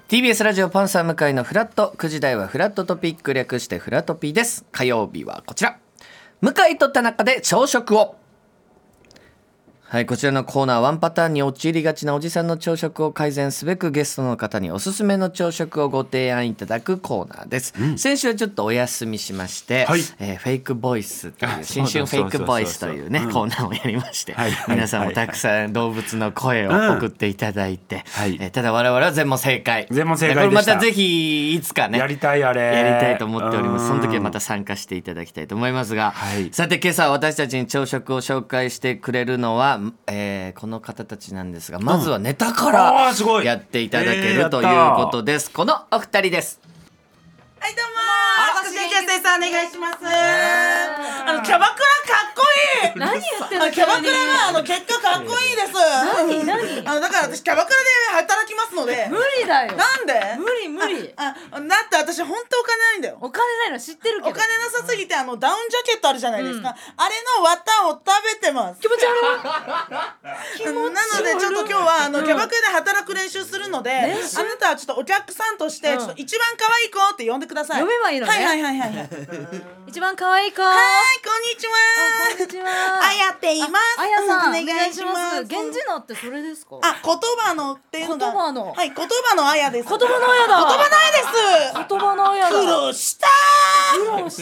TBS ラジオパンサー向井のフラット、9時台はフラットトピック略してフラトピです。火曜日はこちら、向井と田中で朝食を。はい、こちらのコーナー、ワンパターンに陥りがちなおじさんの朝食を改善すべくゲストの方におすすめの朝食をご提案いただくコーナーです。先週はちょっとお休みしまして、フェイクボイスという新春フェイクボイスというねコーナーをやりまして、皆さんもたくさん動物の声を送っていただいて、ただ我々は全問正解。 全問正解でした。 これまたぜひいつかねやりたい、あれやりたいと思っております。その時はまた参加していただきたいと思いますが、さて今朝私たちに朝食を紹介してくれるのは、この方たちなんですが、まずはネタからやっていただけるということです。このお二人です。 はい、どうもー、私先生さんお願いします。キャバクラかっこいい。 何言ってんの？ キャバクラが結果かっこいいです。 何？ だから私キャバクラで働きますので。 無理だよ。 なんで？ 無理。 だって私本当お金ないんだよ。 お金ないの知ってるけど。 お金なさすぎてダウンジャケットあるじゃないですか。あれの綿を食べてます。 気持ち悪い。 なのでちょっと今日はキャバクラで働く練習するので、あなたはちょっとお客さんとしてちょっと一番可愛い子って呼んでください。 呼べばいいのね。 はい。 一番可愛い子。 はい、こんにちは。 こんにちは。 あやっています。 あやさん、 お願いします。 源氏名ってそれですか？ 言葉のっていうのが。 言葉の。 はい、言葉のあやです。 言葉のあやだ。 言葉のあやです。 言葉のあやだ。 苦労したそんなつもりはなか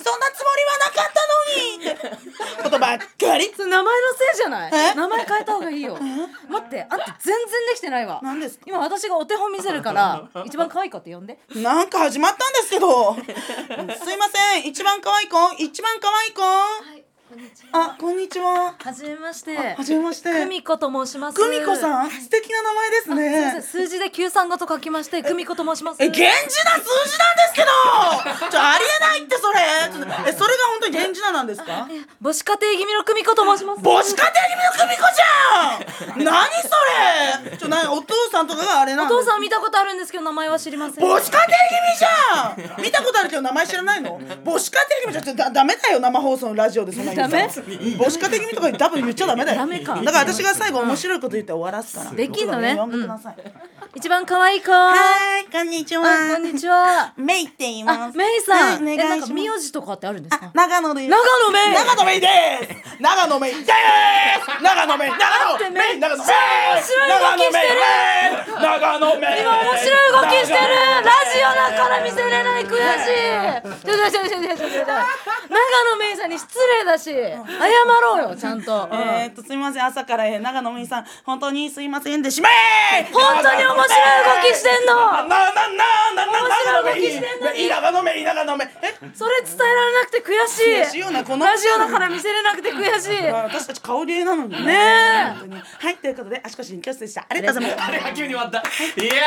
ったのにってことばっかり。 それ名前のせいじゃない？名前変えた方がいいよ。待って、あんた全然できてないわ。 何ですか？ 今私がお手本見せるから一番可愛い子って呼んで。 なんか始まったんですけど。すいません、一番可愛い子。はい、こんにちは。 はじめまして。 はじめまして。 久美子と申します。 久美子さん、素敵な名前ですね。 数字で935と書きまして久美子と申します。 源氏な数字なんですけど。ありえないってそれ。それが本当に源氏ななんですか？ 母子家庭気味の久美子と申します。 母子家庭気味の久美子じゃん。何それ。お父さんとかがあれなんです。 お父さん見たことあるんですけど名前は知りません。 母子家庭気味じゃん。見たことあるけど名前知らないの？母子家庭気味じゃダメだよ、生放送のラジオでそんなに。 ダメ？ 母子家庭気味とか多分言っちゃダメだよ。 ダメか。 だから私が最後面白いこと言って終わらすから。 できんのね。 呼んでください。 一番可愛い子。 はい、こんにちは。 こんにちは。 メイって言います。 メイさん。なんかお願いします。 名字とかってあるんですか？ 長野です。 長野メイ。 長野メイです。長野メイです。長野メイ。長野メイ。長野メイ。長野メイ。 今面白い動きしてる。ラジオだから見せれない。悔しい。長野メイさんに失礼だし、謝ろうよちゃんと。 すみません、朝から長野メイさん本当にすいませんでしまえ。 本当に面白い動きしてんの。 長野メイ。長野メイ。 それ伝えられなくて悔しい。 悔しいよな、このラジオだから見せれなくて悔しい。 私たち顔芸なのにね。はい、ということで足腰に教室でした。ありがとうございます。 あれが急に終わった。いや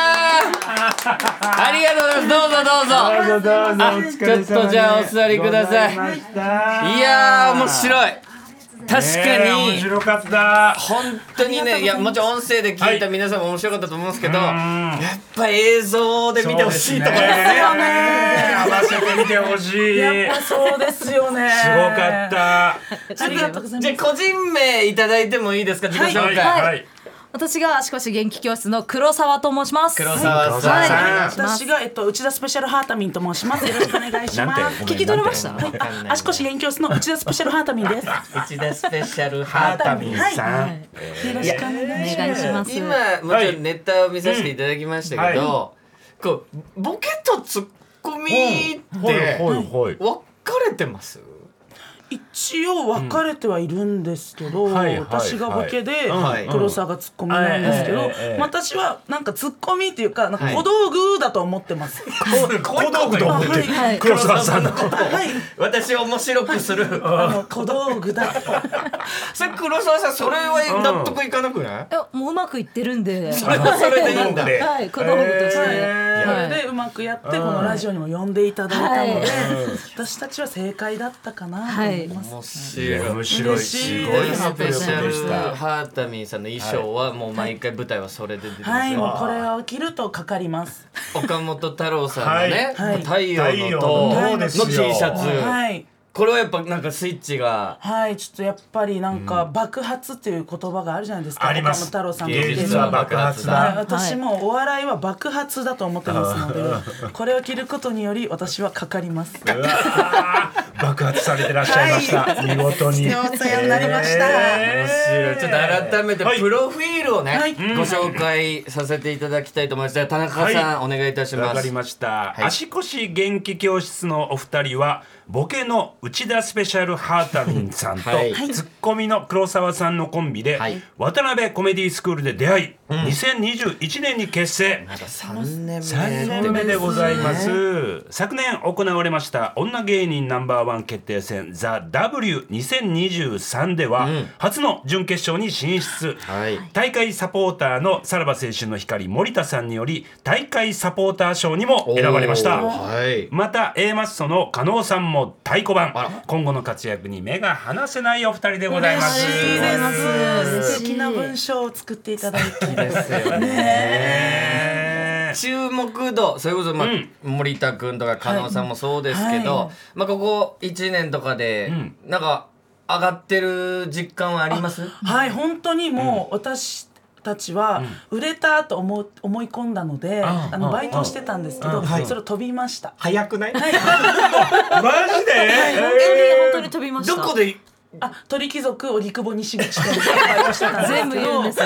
ありがとうございます。どうぞ。ちょっとじゃあお座りください。いや面白い。確かに面白かった。 本当にね、いやもちろん音声で聞いた皆さんも面白かったと思うんですけど、やっぱ映像で見てほしいところですよね。 合わせてみてほしい。 やっぱそうですよね。 すごかった。 じゃあ個人名いただいてもいいですか？自己紹介。 はい。 私が足腰元気教室の黒沢と申します。 黒沢さん。 私が内田スペシャルハータミンと申します。よろしくお願いします。 聞き取れました？ 足腰元気教室の内田スペシャルハータミンです。 内田スペシャルハータミンさん。 よろしくお願いします。 今もちろんネタを見させていただきましたけど、こうボケとツッコミって分かれてます？ 一応分かれてはいるんですけど、私がボケで黒沢がツッコミなんですけど、私はなんかツッコミっていうか小道具だと思ってます。 小道具と思ってる。黒沢さんのこと。 私を面白くする小道具だ。 それ黒沢さん、それは納得いかなくない？ もううまくいってるんで。 それはそれでいいんだ。 はい、小道具として。 それでうまくやってこのラジオにも呼んでいただいたので、私たちは正解だったかなと思います。 面白い。すごいスペシャルハータミンさんの衣装はもう毎回舞台はそれで出てます。 はい、もうこれを着るとかかります。 岡本太郎さんのね、太陽の塔の T シャツ。 これはやっぱなんかスイッチがはいちょっとやっぱりなんか爆発っていう言葉があるじゃないですか、 あります。 岡本太郎さんの芸術は爆発だ。 はい私もお笑いは爆発だと思ってますのでこれを着ることにより私はかかりますうわー爆発されてらっしゃいました、はい、見事にお世話になりました、 面白い。ちょっと改めてプロフィールをね、 はい、 ご紹介させていただきたいと思います。じゃあ田中さん、お願いいたします。 わかりました、 はい、 足腰元気教室のお二人はボケの内田スペシャルハータミンさんと、 はい、 ツッコミの黒沢さんのコンビで、はい、渡辺コメディスクールで出会い、2021年に結成。 まだ3 年目でございます。昨年行われました女芸人No.1決定戦 THEW2023 では、初の準決勝に進出、はい、大会サポーターのさらば青春の光森田さんにより大会サポーター賞にも選ばれました、はい、また A マッソの加納さんも太鼓判。今後の活躍に目が離せないお二人でございます。 嬉しいです。素敵な文章を作っていただいてですよね。 注目度それこそ、森田君とか加納さんもそうですけど、ここ1年とかで、なんか上がってる実感はあります？ はい本当にもう私たちは売れたと思い込んだので、バイトをしてたんですけど、それを飛びました。 早くない？ マジで？ 本当に飛びました。 どこで？ 鳥貴族荻窪西口店でバイトしてたんですけど全部言うんですよ。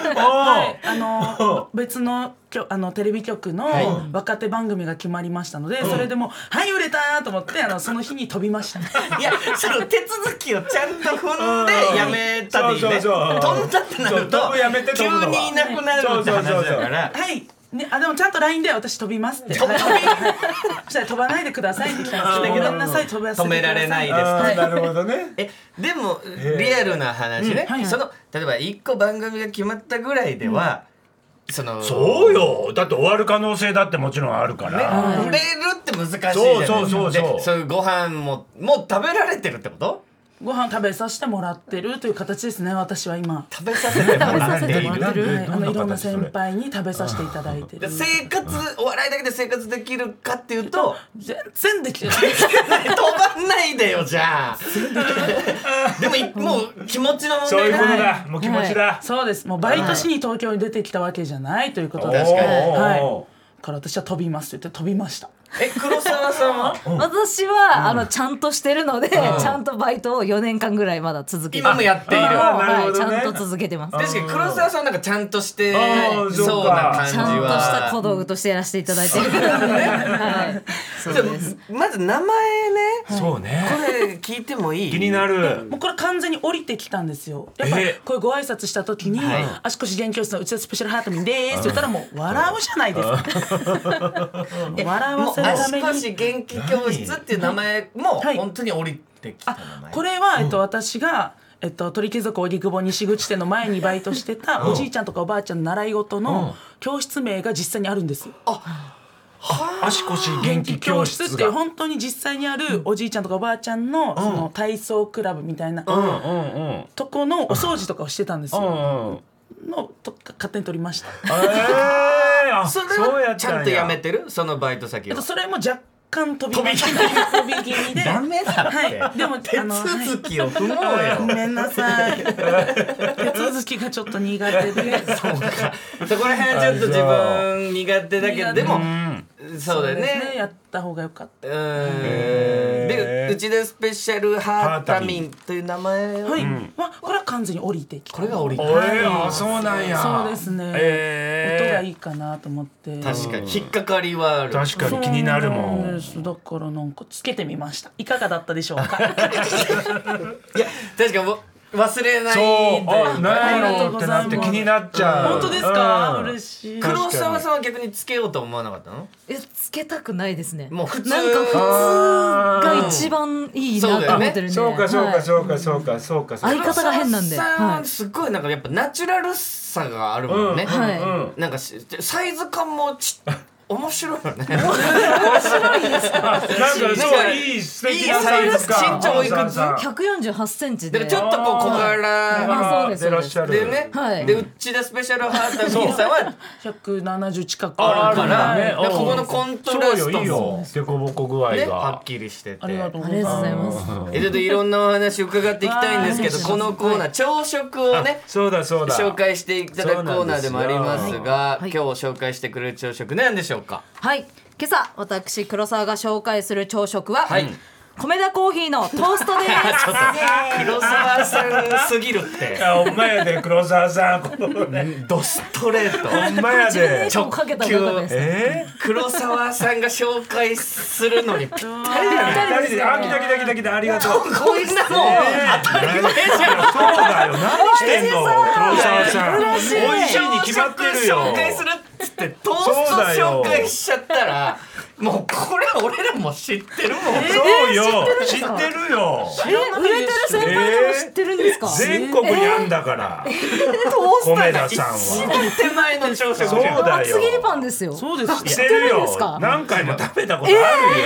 はい、別のテレビ局の若手番組が決まりましたので、それでもはい売れたと思ってその日に飛びました。いやその手続きをちゃんと踏んでやめたでいいね。飛んだってなると急にいなくなるって話だから。 はいね、でもちゃんと LINE で私飛びますってそしたら飛ばないでくださいって来たんですけど、ごめんなさい飛ばせてください、 止められないです。 なるほどね。 でもリアルな話ね、その例えば1個番組が決まったぐらいでは、 そうよ。だって終わる可能性だってもちろんあるから、 売れるって難しいじゃないですか。 そういうご飯もう食べられてるってこと？ ご飯食べさせてもらってるという形ですね。私は今食べさせてもらっている。 いろんな先輩に食べさせていただいてる。 生活お笑いだけで生活できるかっていうと全然できてない。 飛ばんないでよじゃあ。でももう気持ちの問題。 そういうことだ。もう気持ちだ。 そうです。もうバイトしに東京に出てきたわけじゃないということで。 確かに。 はい。から私は飛びますって言って飛びました。 黒沢さんは？ 私はちゃんとしてるので、ちゃんとバイトを4年間ぐらいまだ続けて今もやっている。 ちゃんと続けてます。 確かに黒沢さんなんかちゃんとしてそうな感じは、 ちゃんとした小道具としてやらせていただいてるからね。そうです。 まず名前ね。 そうね。 これ聞いてもいい？ 気になる。 もうこれ完全に降りてきたんですよ。やっぱりこういうご挨拶した時に足腰元気教室の内田スペシャルハートミンですって言ったらもう笑うじゃないですか。笑わせるために。 足腰元気教室っていう名前も本当に降りてきた名前。 これは私が鳥貴族荻窪西口店の前にバイトしてたおじいちゃんとかおばあちゃんの習い事の教室名が実際にあるんです。 足腰元気教室っていう本当に実際にあるおじいちゃんとかおばあちゃんのその体操クラブみたいなとこのお掃除とかをしてたんですよ。勝手に取りました。 それはちゃんとやめてる？そのバイト先は。 それも若干飛び気味で。ダメだって。でも手続きを踏もうよ。 ごめんなさい。手続きがちょっと苦手で。 そうか。そこら辺はちょっと自分苦手だけどでもそうだよね。 やった方がよかった。 で内田スペシャルハータミンという名前はい。これは完全に降りてきた。 これが降りてきた。そうなんや。 そうですね。音がいいかなと思って。 確かに引っかかりはある。 確かに気になるもん。 だからなんかつけてみました。いかがだったでしょうか。いや確かに忘れない。 そう。何やろうってなって気になっちゃう。 本当ですか？嬉しい。 黒沢さんは逆につけようと思わなかったの？ つけたくないですね。 もう普通なんか普通が一番いいなと思ってるんで。 そうか。相方が変なんで。 すごいなんかやっぱナチュラルさがあるもんね。なんかサイズ感も面白いよね。 なんかそういい素敵なサイズ感。 身長いくつ 148センチで。 でちょっとこう小柄そうですでらっしゃる。 でね、 はいで内田スペシャルハータミンさんは 170近くあるあるからね。 ここのコントラストもいいよ。デコボコ具合ねがはっきりしてて。 ありがとうごあざいますりがとうございます。 ちょっといろんなお話伺っていきたいんですけど、このコーナー朝食をねそうだそうだ。 紹介していただくコーナーでもありますが、 はい今日紹介してくれる朝食何でしょうか。 はい、今朝私黒沢が紹介する朝食は、 はい米田コーヒーのトーストです。 黒沢さんすぎるってほんまやで黒沢さん。このねドストレートほんまや自分でで。 一個かけた方がです。 黒沢さんが紹介するのにぴったりだね。 二人で来た来たありがとう。 こんなもん当たり前じゃん。 そうだよ。何してんの黒沢さん。美嬉しい味しいに決まってるよ。 紹介するっつってトースト紹介しちゃったらもうこれ俺らも知ってるもん。 そうよ。知ってるよ。 売れてる先輩でも知ってるんですか。 全国にあんだから。米田さんは。 手前の朝食じゃん。 そうだ厚切りよ。 パンですよ。 そうです知ってるよ知ってるんですか。 何回も食べたことあるよ。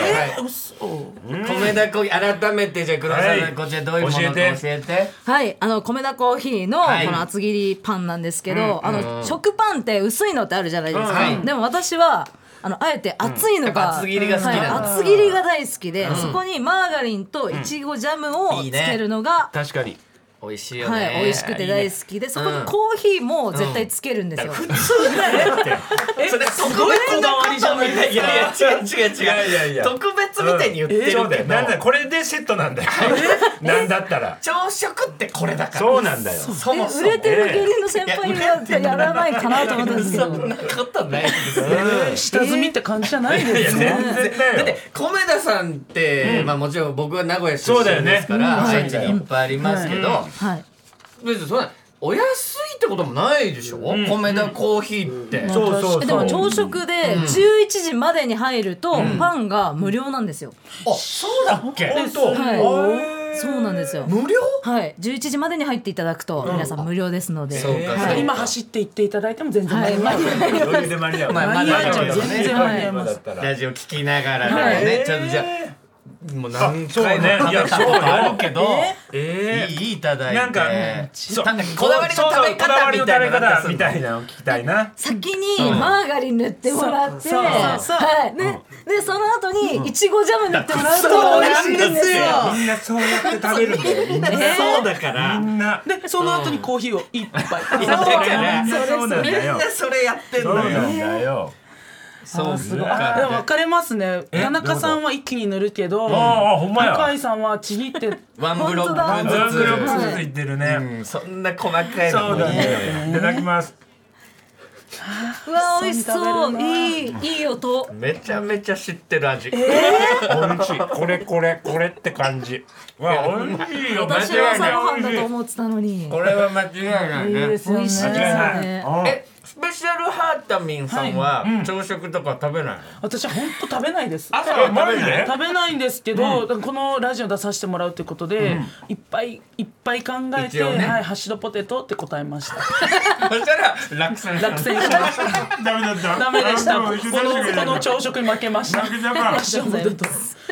米田コーヒー改めてじゃあ黒沢さん、 はいこちらどういうものか教えて。 はい、米田コーヒーのこの厚切りパンなんですけど、食パンって薄いのってあるじゃないですか。 はいでも私はあえて厚いのが、 やっぱ厚切りが好きなんだはい厚切りが大好きで、そこにマーガリンといちごジャムをつけるのが、 確かに。 美味しいよね。 はい、美味しくて大好きで、そこにコーヒーも絶対つけるんですよ。 それ特別こだわりじゃない。いやいや違う違う違う。 いやいや特別みたいに言ってるそうだよ。 けど。 なんだこれでセットなんだよ。なんだったら。 朝食ってこれだから。 そうなんだよ。 そもそも売れてる芸人の先輩がやらないかなと思ったんですけど。 そんなことないですよ。 下積みって感じじゃないいやですね。 全然だよ。 米田さんってまあもちろん僕は名古屋出身ですから愛知にいっぱいありますけど、 はい。 別にそんなお安いってこともないでしょ。米田コーヒーって。 そうそうそう。 でも朝食で11時までに入るとパンが無料なんですよ。 あ、そうだっけ。 本当。 はい。そうなんですよ。 無料？ はい。11時までに入っていただくと皆さん無料ですので。 そうかそうか。 今走って行っていただいても全然はい。 間に合います余裕で間に合う。 まあまだ全然間に合います。 ラジオ聞きながらね、ちょっとじゃあもう何そう回もね。 食べたことあるけど、いいいただいて。 なんかそうこだわりの食べこだわりの食べ方みみたいな。 たいなの聞きたいな。 先にマーガリン塗ってもらって、 そうはい。ね。でその後にいちごジャム塗ってもらうと美味しいんですよ。 みんなそうやって食べるんだよ。みんなそうだから。 みんなでその後にコーヒーを一杯。 だからみんなそうなんみんだよな。それやってんそうなのよ。 んだよ。 そうすごい。でも分かれますね。田中さんは一気に塗るけど、 あほんまや。 向井さんはちぎってワンブロ本当だックブロックずずついってるね。 つ。そんな細かいそのもいいうなんだよ。 よ。 いただきます。 うわ美味しそう。いい音。 めちゃめちゃ知ってる味。 美味しい。これって感じ。わ美味しいよ。間私は違いない。 朝ごはんだ美味しい。 と思ってたのに。 これは間違いないね。 いいですよ美味しいですね。 よね。 スペシャルハータミンさんは朝食とか食べないの？ 私は本当食べないです。 朝は食べない？ 食べないんですけど、このラジオ出させてもらうってことで、いっぱい考えて、 一応ねはい、ハッシュドポテトって答えました。 そしたら落選落選しました。 ダメだった。 ダメでした。 あこの朝食に負けました。 負けたかハッシュドポテト。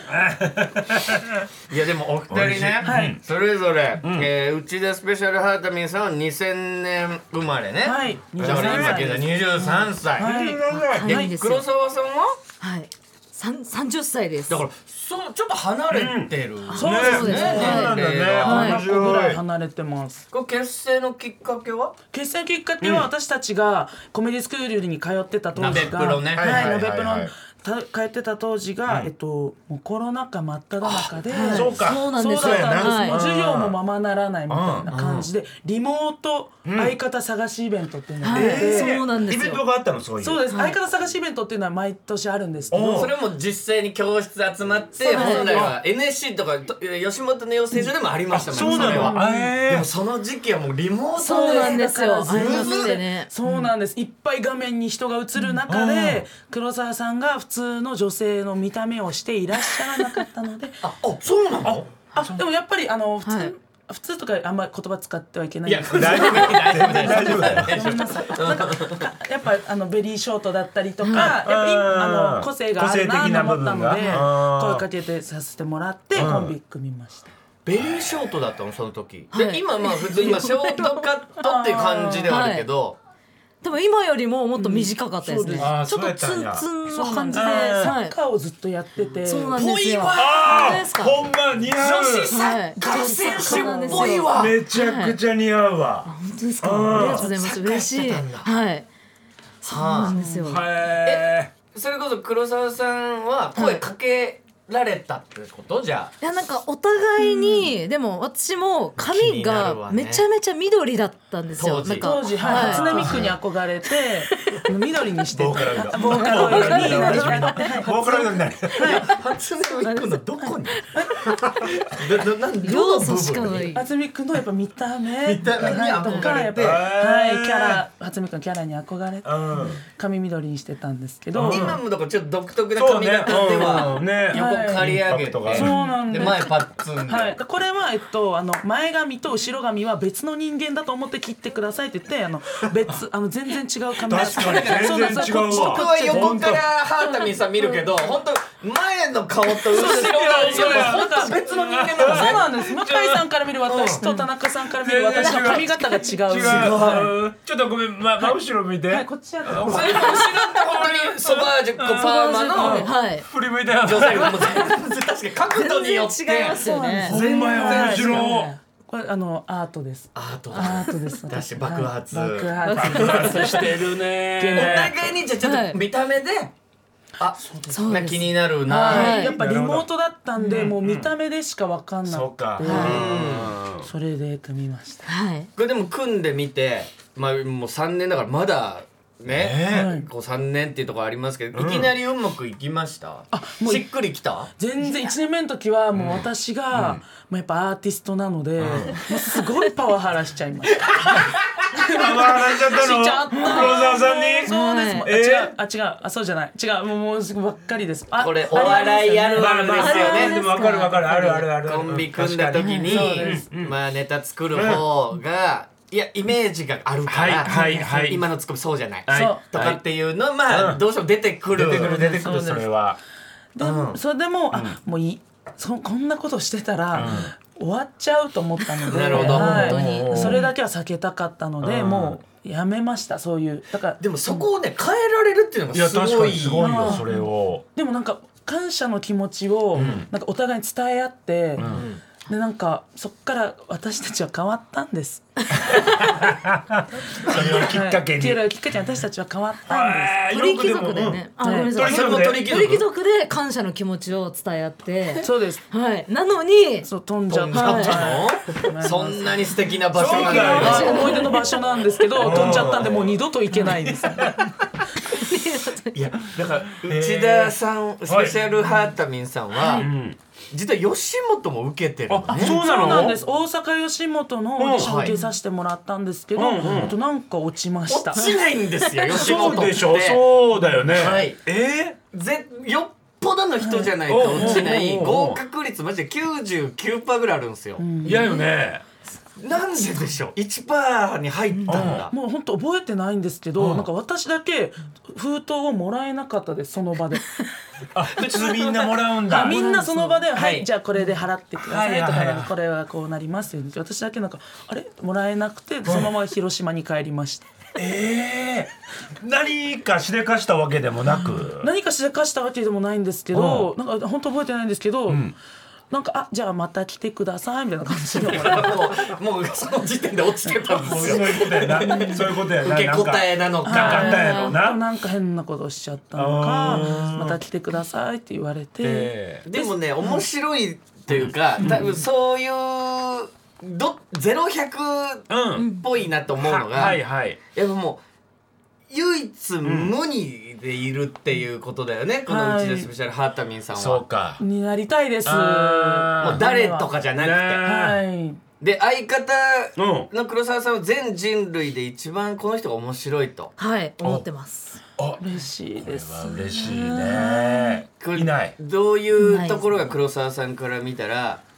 いやでもお二人ね、 はいそれぞれ、内田スペシャルハータミンさんは2000年生まれね。 はいだから今現在23歳。 はいで黒沢さんは？ はい。30歳です。 だからそうちょっと離れてる。 そうそうですね。 なんだね。 はい面 7個ぐらい白い。 離れてます。 これ結成のきっかけは？ 結成きっかけは私たちがコメディスクールに通ってた当時が、 ナベプロねはい、 はいナベプロはいはい通ってた当時が、もうコロナ禍真っ只中で、 そうか。 そうなんですそうだったんです、 はいもう授業もままならないみたいな感じで、リモート相方探しイベントっていうのがあって、 はいそうなんですよイベントがあったのそういう。 そうです、相方探しイベントっていうのは毎年あるんですけど、 それも実際に教室集まってそうなんです本来は NSC とか吉本の養成所でもありましたもんそうなれはの。 でもその時期はもうリモートでそうなんですよ。ありまだからずしてね。 そうなんです、いっぱい画面に人が映る中で、黒沢さんが普通の女性の見た目をしていらっしゃらなかったのであ、そうなの？ でもやっぱり普通、 はい普通とかあんまり言葉使ってはいけないいやんですけど、 大丈夫大丈夫大丈夫だよごめんなさい。なんかやっぱベリーショートだったりとか、やっぱ個性があるなと思ったので声かけてさせてもらってコンビ組みました。 ベリーショートだったのその時。で今まあ普通今ショートカットっていう感じではあるけど。 多分今よりももっと短かったですね。ちょっとツンツンの感じで、 サッカーをずっとやってて、 そうなんですよ。 ほんま似合う。 女子サッカー選手っぽいわ。 めちゃくちゃ似合うわ。 本当ですか。ありがとうございます。嬉しい。はい。そうなんですよ。 それこそ黒沢さんは声かけられたってことじゃあ。 いやなんかお互いに、でも私も髪がめちゃめちゃ緑だったんですよ。 当時初音ミクに憧れて緑にしてボーカロイドボーカロイドになりたい。 ボーカロイドになる。 初音ミクのどこに？ 要素しかない。 初音ミクのやっぱ見た目とかやっぱキャラ、初音ミクのキャラに憧れて髪緑にしてたんですけど、 今もだからちょっと独特な髪型では横刈り上げて、 そうなんです。 前パッツンで。 はい。これは前髪と後ろ髪は別の人間だと思って切ってくださいって言って別全然違う髪型。 確かに全然違うわ。 僕は横からハータミンさん見るけど、本当前の顔と後ろが本当別の人間なのね。 そうなんです。向井さんから見る私と田中さんから見る私の髪型が違う。 ちょっとごめん、真後ろ向いて。 はい、こっちやった。 それの後ろって本当にソバージュパーマの振り向いたよ。 女性がもう確かに角度によって違いますよね。 ほんまや面白い。 これアートです。 アートです。 私爆発してるね。 お互いにじゃちょっと見た目で気になるな。 やっぱリモートだったんでもう見た目でしか分かんなくて、それで組みました。 これでも組んでみて、まあもう3年だからまだね、こう3年っていうところありますけど、いきなりうまくいきました？しっくりきた？ 全然1年目の時はもう私がもうやっぱアーティストなので、もうすごいパワハラしちゃいました。 パワハラしちゃったの？黒沢さんに？ そうです。違う、そうじゃない。違う、もうすぐばっかりです。 これお笑いあるあるですよね。 でも分かるある。 コンビ組んだ時にまあネタ作る方がいやイメージがあるから今のツッコミそうじゃないとかっていうのまあどうしても出てくるそれは。 それでももういいこんなことしてたら終わっちゃうと思ったので、 なるほど。 それだけは避けたかったのでもうやめました。そういうだからでもそこをね変えられるっていうのがすごい。 すごいよそれを。 でもなんか感謝の気持ちをなんかお互いに伝え合ってでなんかそっから私たちは変わったんです。 それをきっかけに。 私たちは変わったんです。 鳥貴族でね。鳥貴族で感謝の気持ちを伝え合って。 そうです。 はい。なのに飛んじゃったの？そんなに素敵な場所なんだ。思い出の場所なんですけど飛んじゃったんでもう二度と行けないです。 いやだから内田さんスペシャルハータミンさんは。実は吉本も受けてるのね。 そうなんです。大阪吉本のオーディション受けさせてもらったんですけど、なんか落ちました。 落ちないんですよ吉本って。 そうでしょ。そうだよね。 よっぽどの人じゃないと落ちない合格率マジで 99% ぐらいあるんですよ。 嫌よね。 なんででしょう 1% に入ったんだ。 もう本当覚えてないんですけど、なんか私だけ封筒をもらえなかったです。その場で普通みんなもらうんだ。 みんなその場ではいじゃあこれで払ってくださいとかこれはこうなりますよね。私だけなんかあれもらえなくてそのまま広島に帰りました。 何かしでかしたわけでもなく、 何かしでかしたわけでもないんですけど、なんか本当覚えてないんですけど、なんかじゃあまた来てくださいみたいな感じでもうその時点で落ちてたんですよ。 そういうことやな。 受け答えなのかなんか変なことしちゃったのかまた来てくださいって言われて。 でもね面白いというか多分そういう0-100っぽいなと思うのがやっぱもう唯一無二でいるっていうことだよね、このうちでスペシャルハータミンさんは。 そうかになりたいです。もう誰とかじゃなくて、で相方の黒沢さんは全人類で一番この人が面白いと思ってます。 嬉しいです。 嬉しいね。いない。 どういうところが黒沢さんから見たら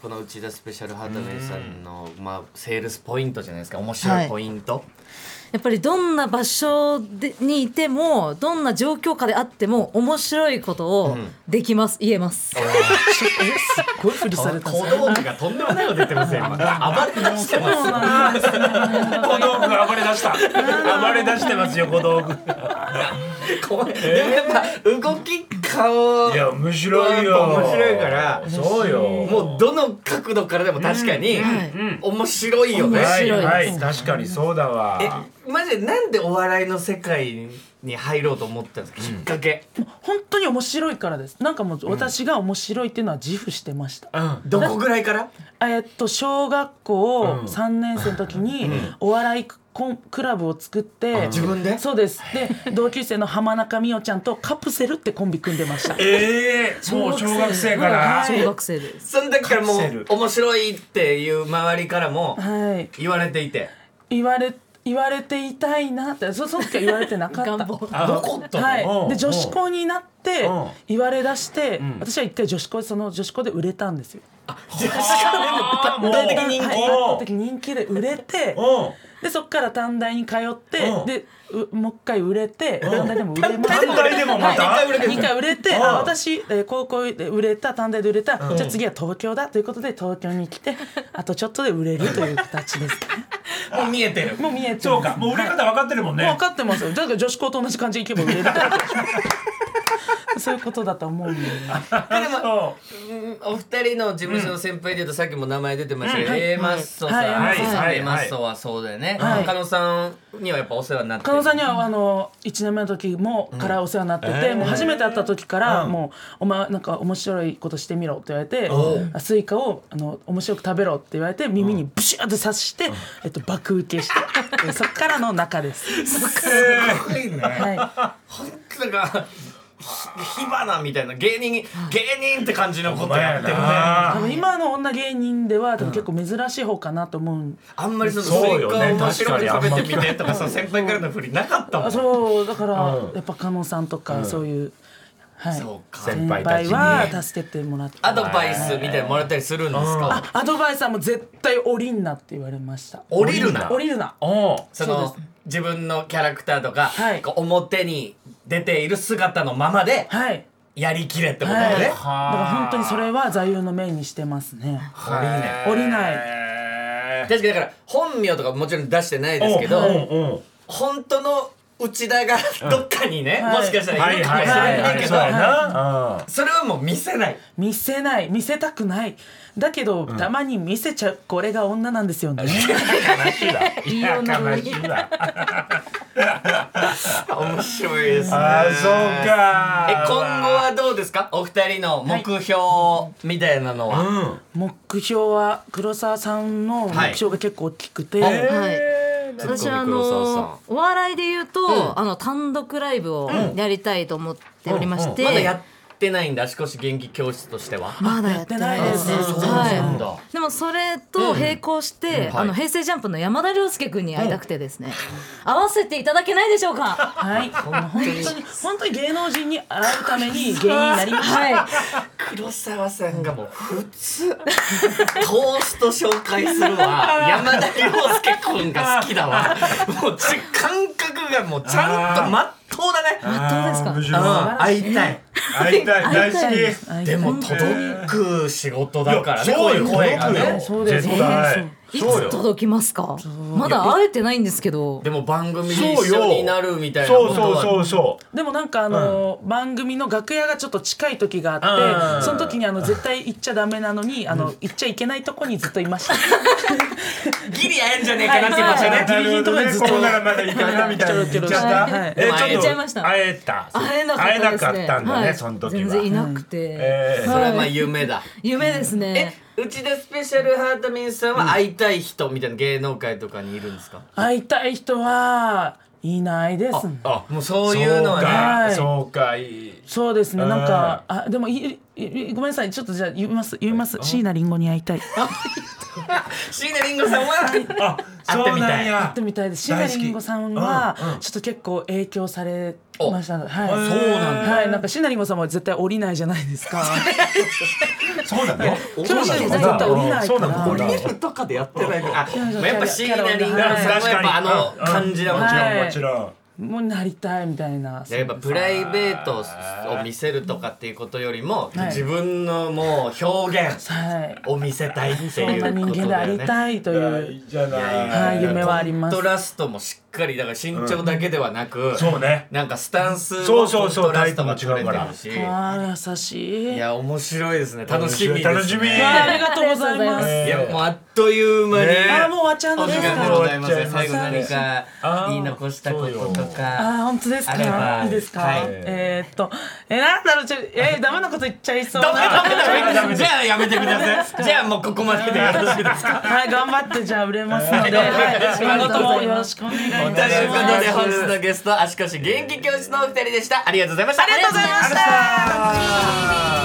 この内田スペシャルハートメイさんの、まあ、セールスポイントじゃないですか、面白いポイント、 やっぱりどんな場所にいてもどんな状況下であっても面白いことをできます、言えます。 すっごい振りされた。 小道具がとんでもないこと言ってますよ今。暴れ出してます。 小道具が暴れ出した。暴れ出してますよ小道具。 怖い。でもやっぱ動き顔。 いや面白いよ。 面白いから。 そうよ。 もうどの角度からでも確かに面白いよね。 はいはい確かにそうだわ。 マジでなんでお笑いの世界に入ろうと思ったんですか、きっかけ。 本当に面白いからです。なんかもう私が面白いっていうのは自負してました。 どこぐらいから？ 小学校3年生の時にお笑いクラブを作って、 自分で？ そうです。で同級生の浜中美桜ちゃんとカプセルってコンビ組んでました。 もう小学生から。 小学生です。 その時からもう面白いっていう周りからも言われていて、 言われていたいなって、その時は言われてなかった。 どこったの？ はい。で女子校になって言われ出して、私は一回女子校で売れたんですよ。 女子校でも具体的に人気？ 圧倒的人気で売れて、でそっから短大に通って、でもう一回売れて、短大でも売れました。 短大でもまた 2回売れて、私高校で売れた、短大で売れた、じゃあ次は東京だということで東京に来て、あとちょっとで売れるという形ですね。 もう見えてる。 もう見えてる。 そうか、もう売れ方分かってるもんね。 もう分かってますよ。だから女子校と同じ感じでいけば売れる。そういうことだと思うんで。でもお二人の事務所の先輩でいうと、さっきも名前出てましたけど、Aマッソさん、Aマッソはそうだよね。加納さんにはやっぱお世話になって。 加納さんには1年目の時もからお世話になってて、もう初めて会った時からもうお前なんか面白いことしてみろって言われて、スイカを面白く食べろって言われて耳にブシューって刺して爆受けしてそっからの仲です。 すごいね。本当なんか火花みたいな芸人って感じのことやってるね。 多分今の女芸人では多分結構珍しい方かなと思う。 あんまりそのスイカを面白く食べてみてとかその先輩からの振りなかったもん。 そうだからやっぱ加納さんとかそういう。先輩は助けてもらって、 アドバイスみたいなのもらったりするんですか？ アドバイスはもう絶対降りんなって言われました。 降りるな。 その自分のキャラクターとか表に出ている姿のままでやりきれってことだよね。だから本当にそれは座右の銘にしてますね。降りない。 確かにだから本名とかもちろん出してないですけど、本当の内田がどっかにね、もしかしたらいるかもしれないけど、それはもう見せない見せたくない。だけどたまに見せちゃう、これが女なんですよね。 いや悲しいだ。 面白いですね。 そうか。 今後はどうですか、お二人の目標みたいなのは？ 目標は黒沢さんの目標が結構大きくて、 私はお笑いで言うと、単独ライブをやりたいと思っておりまして、 まだやってないんだ。足腰元気教室としてはまだやってないですね。でもそれと並行して平成ジャンプの山田涼介君に会いたくてですね、会わせていただけないでしょうか？ はい、本当に芸能人に会うために芸人になりました。 黒沢さんがもう普通トースト紹介するわ、山田涼介君が好きだわ、もう感覚がもうちゃんとまっとうだね。 まっとうですか？ 会いたい大好き。 でも届く仕事だからね、こういう声がね。 そうですね。いつ届きますか？まだ会えてないんですけど。 でも番組で一緒になるみたいなことは。 そうでもなんか番組の楽屋がちょっと近い時があって、その時に絶対行っちゃダメなのに行っちゃいけないとこにずっといました。 ギリ会えんじゃねえかなって言いましたね。 ギリギリのとこにずっと。 ここならまだいいかなみたいな言っちゃった。 言っちゃいました。 会えなかったんだね、その時は。 全然いなくて。 それはまあ夢だ。 夢ですね。 内田スペシャルハートミンさんは会いたい人みたいな芸能界とかにいるんですか？ 会いたい人はいないですね。 もうそういうのはね。 そうか。 そうですね。なんかでもごめんなさい、ちょっとじゃあ言います椎名林檎に会いたい。 椎名林檎さんはそうなんや。 会ってみたいです。椎名林檎さんはちょっと結構影響されました。はい、そうなんだ。 はい、なんか椎名林檎さんも絶対降りないじゃないですか。 そうなの？ そうなの？絶対降りないから。 降りるとかでやってないから。やっぱ椎名林檎さんもやっぱあの感じだもんね。 もちろん。 もうなりたいみたいな。 やっぱプライベートを見せるとかっていうことよりも、自分のもう表現を見せたいっていうことだよね。 そんな人間でありたいという夢はあります。 コントラストもしっかりだから身長だけではなく、 そうね。 なんかスタンスもコントラストが取れてるし、 優しい。 いや面白いですね。楽しみですね。 楽しみ。 ありがとうございます。 いやもうあっという間にもう終わっちゃうのですか。 お時間でございます。最後何か言い残したこととか。 本当ですか。いいですか。なんだろう、ダメなこと言っちゃいそうな。 じゃあやめてください。じゃあもうここまででよろしいですか。 はい、頑張ってじゃあ売れますので、今後ともよろしくお願いいたします。 ということで本日のゲスト足腰元気教室のお二人でした。ありがとうございました。 ありがとうございました。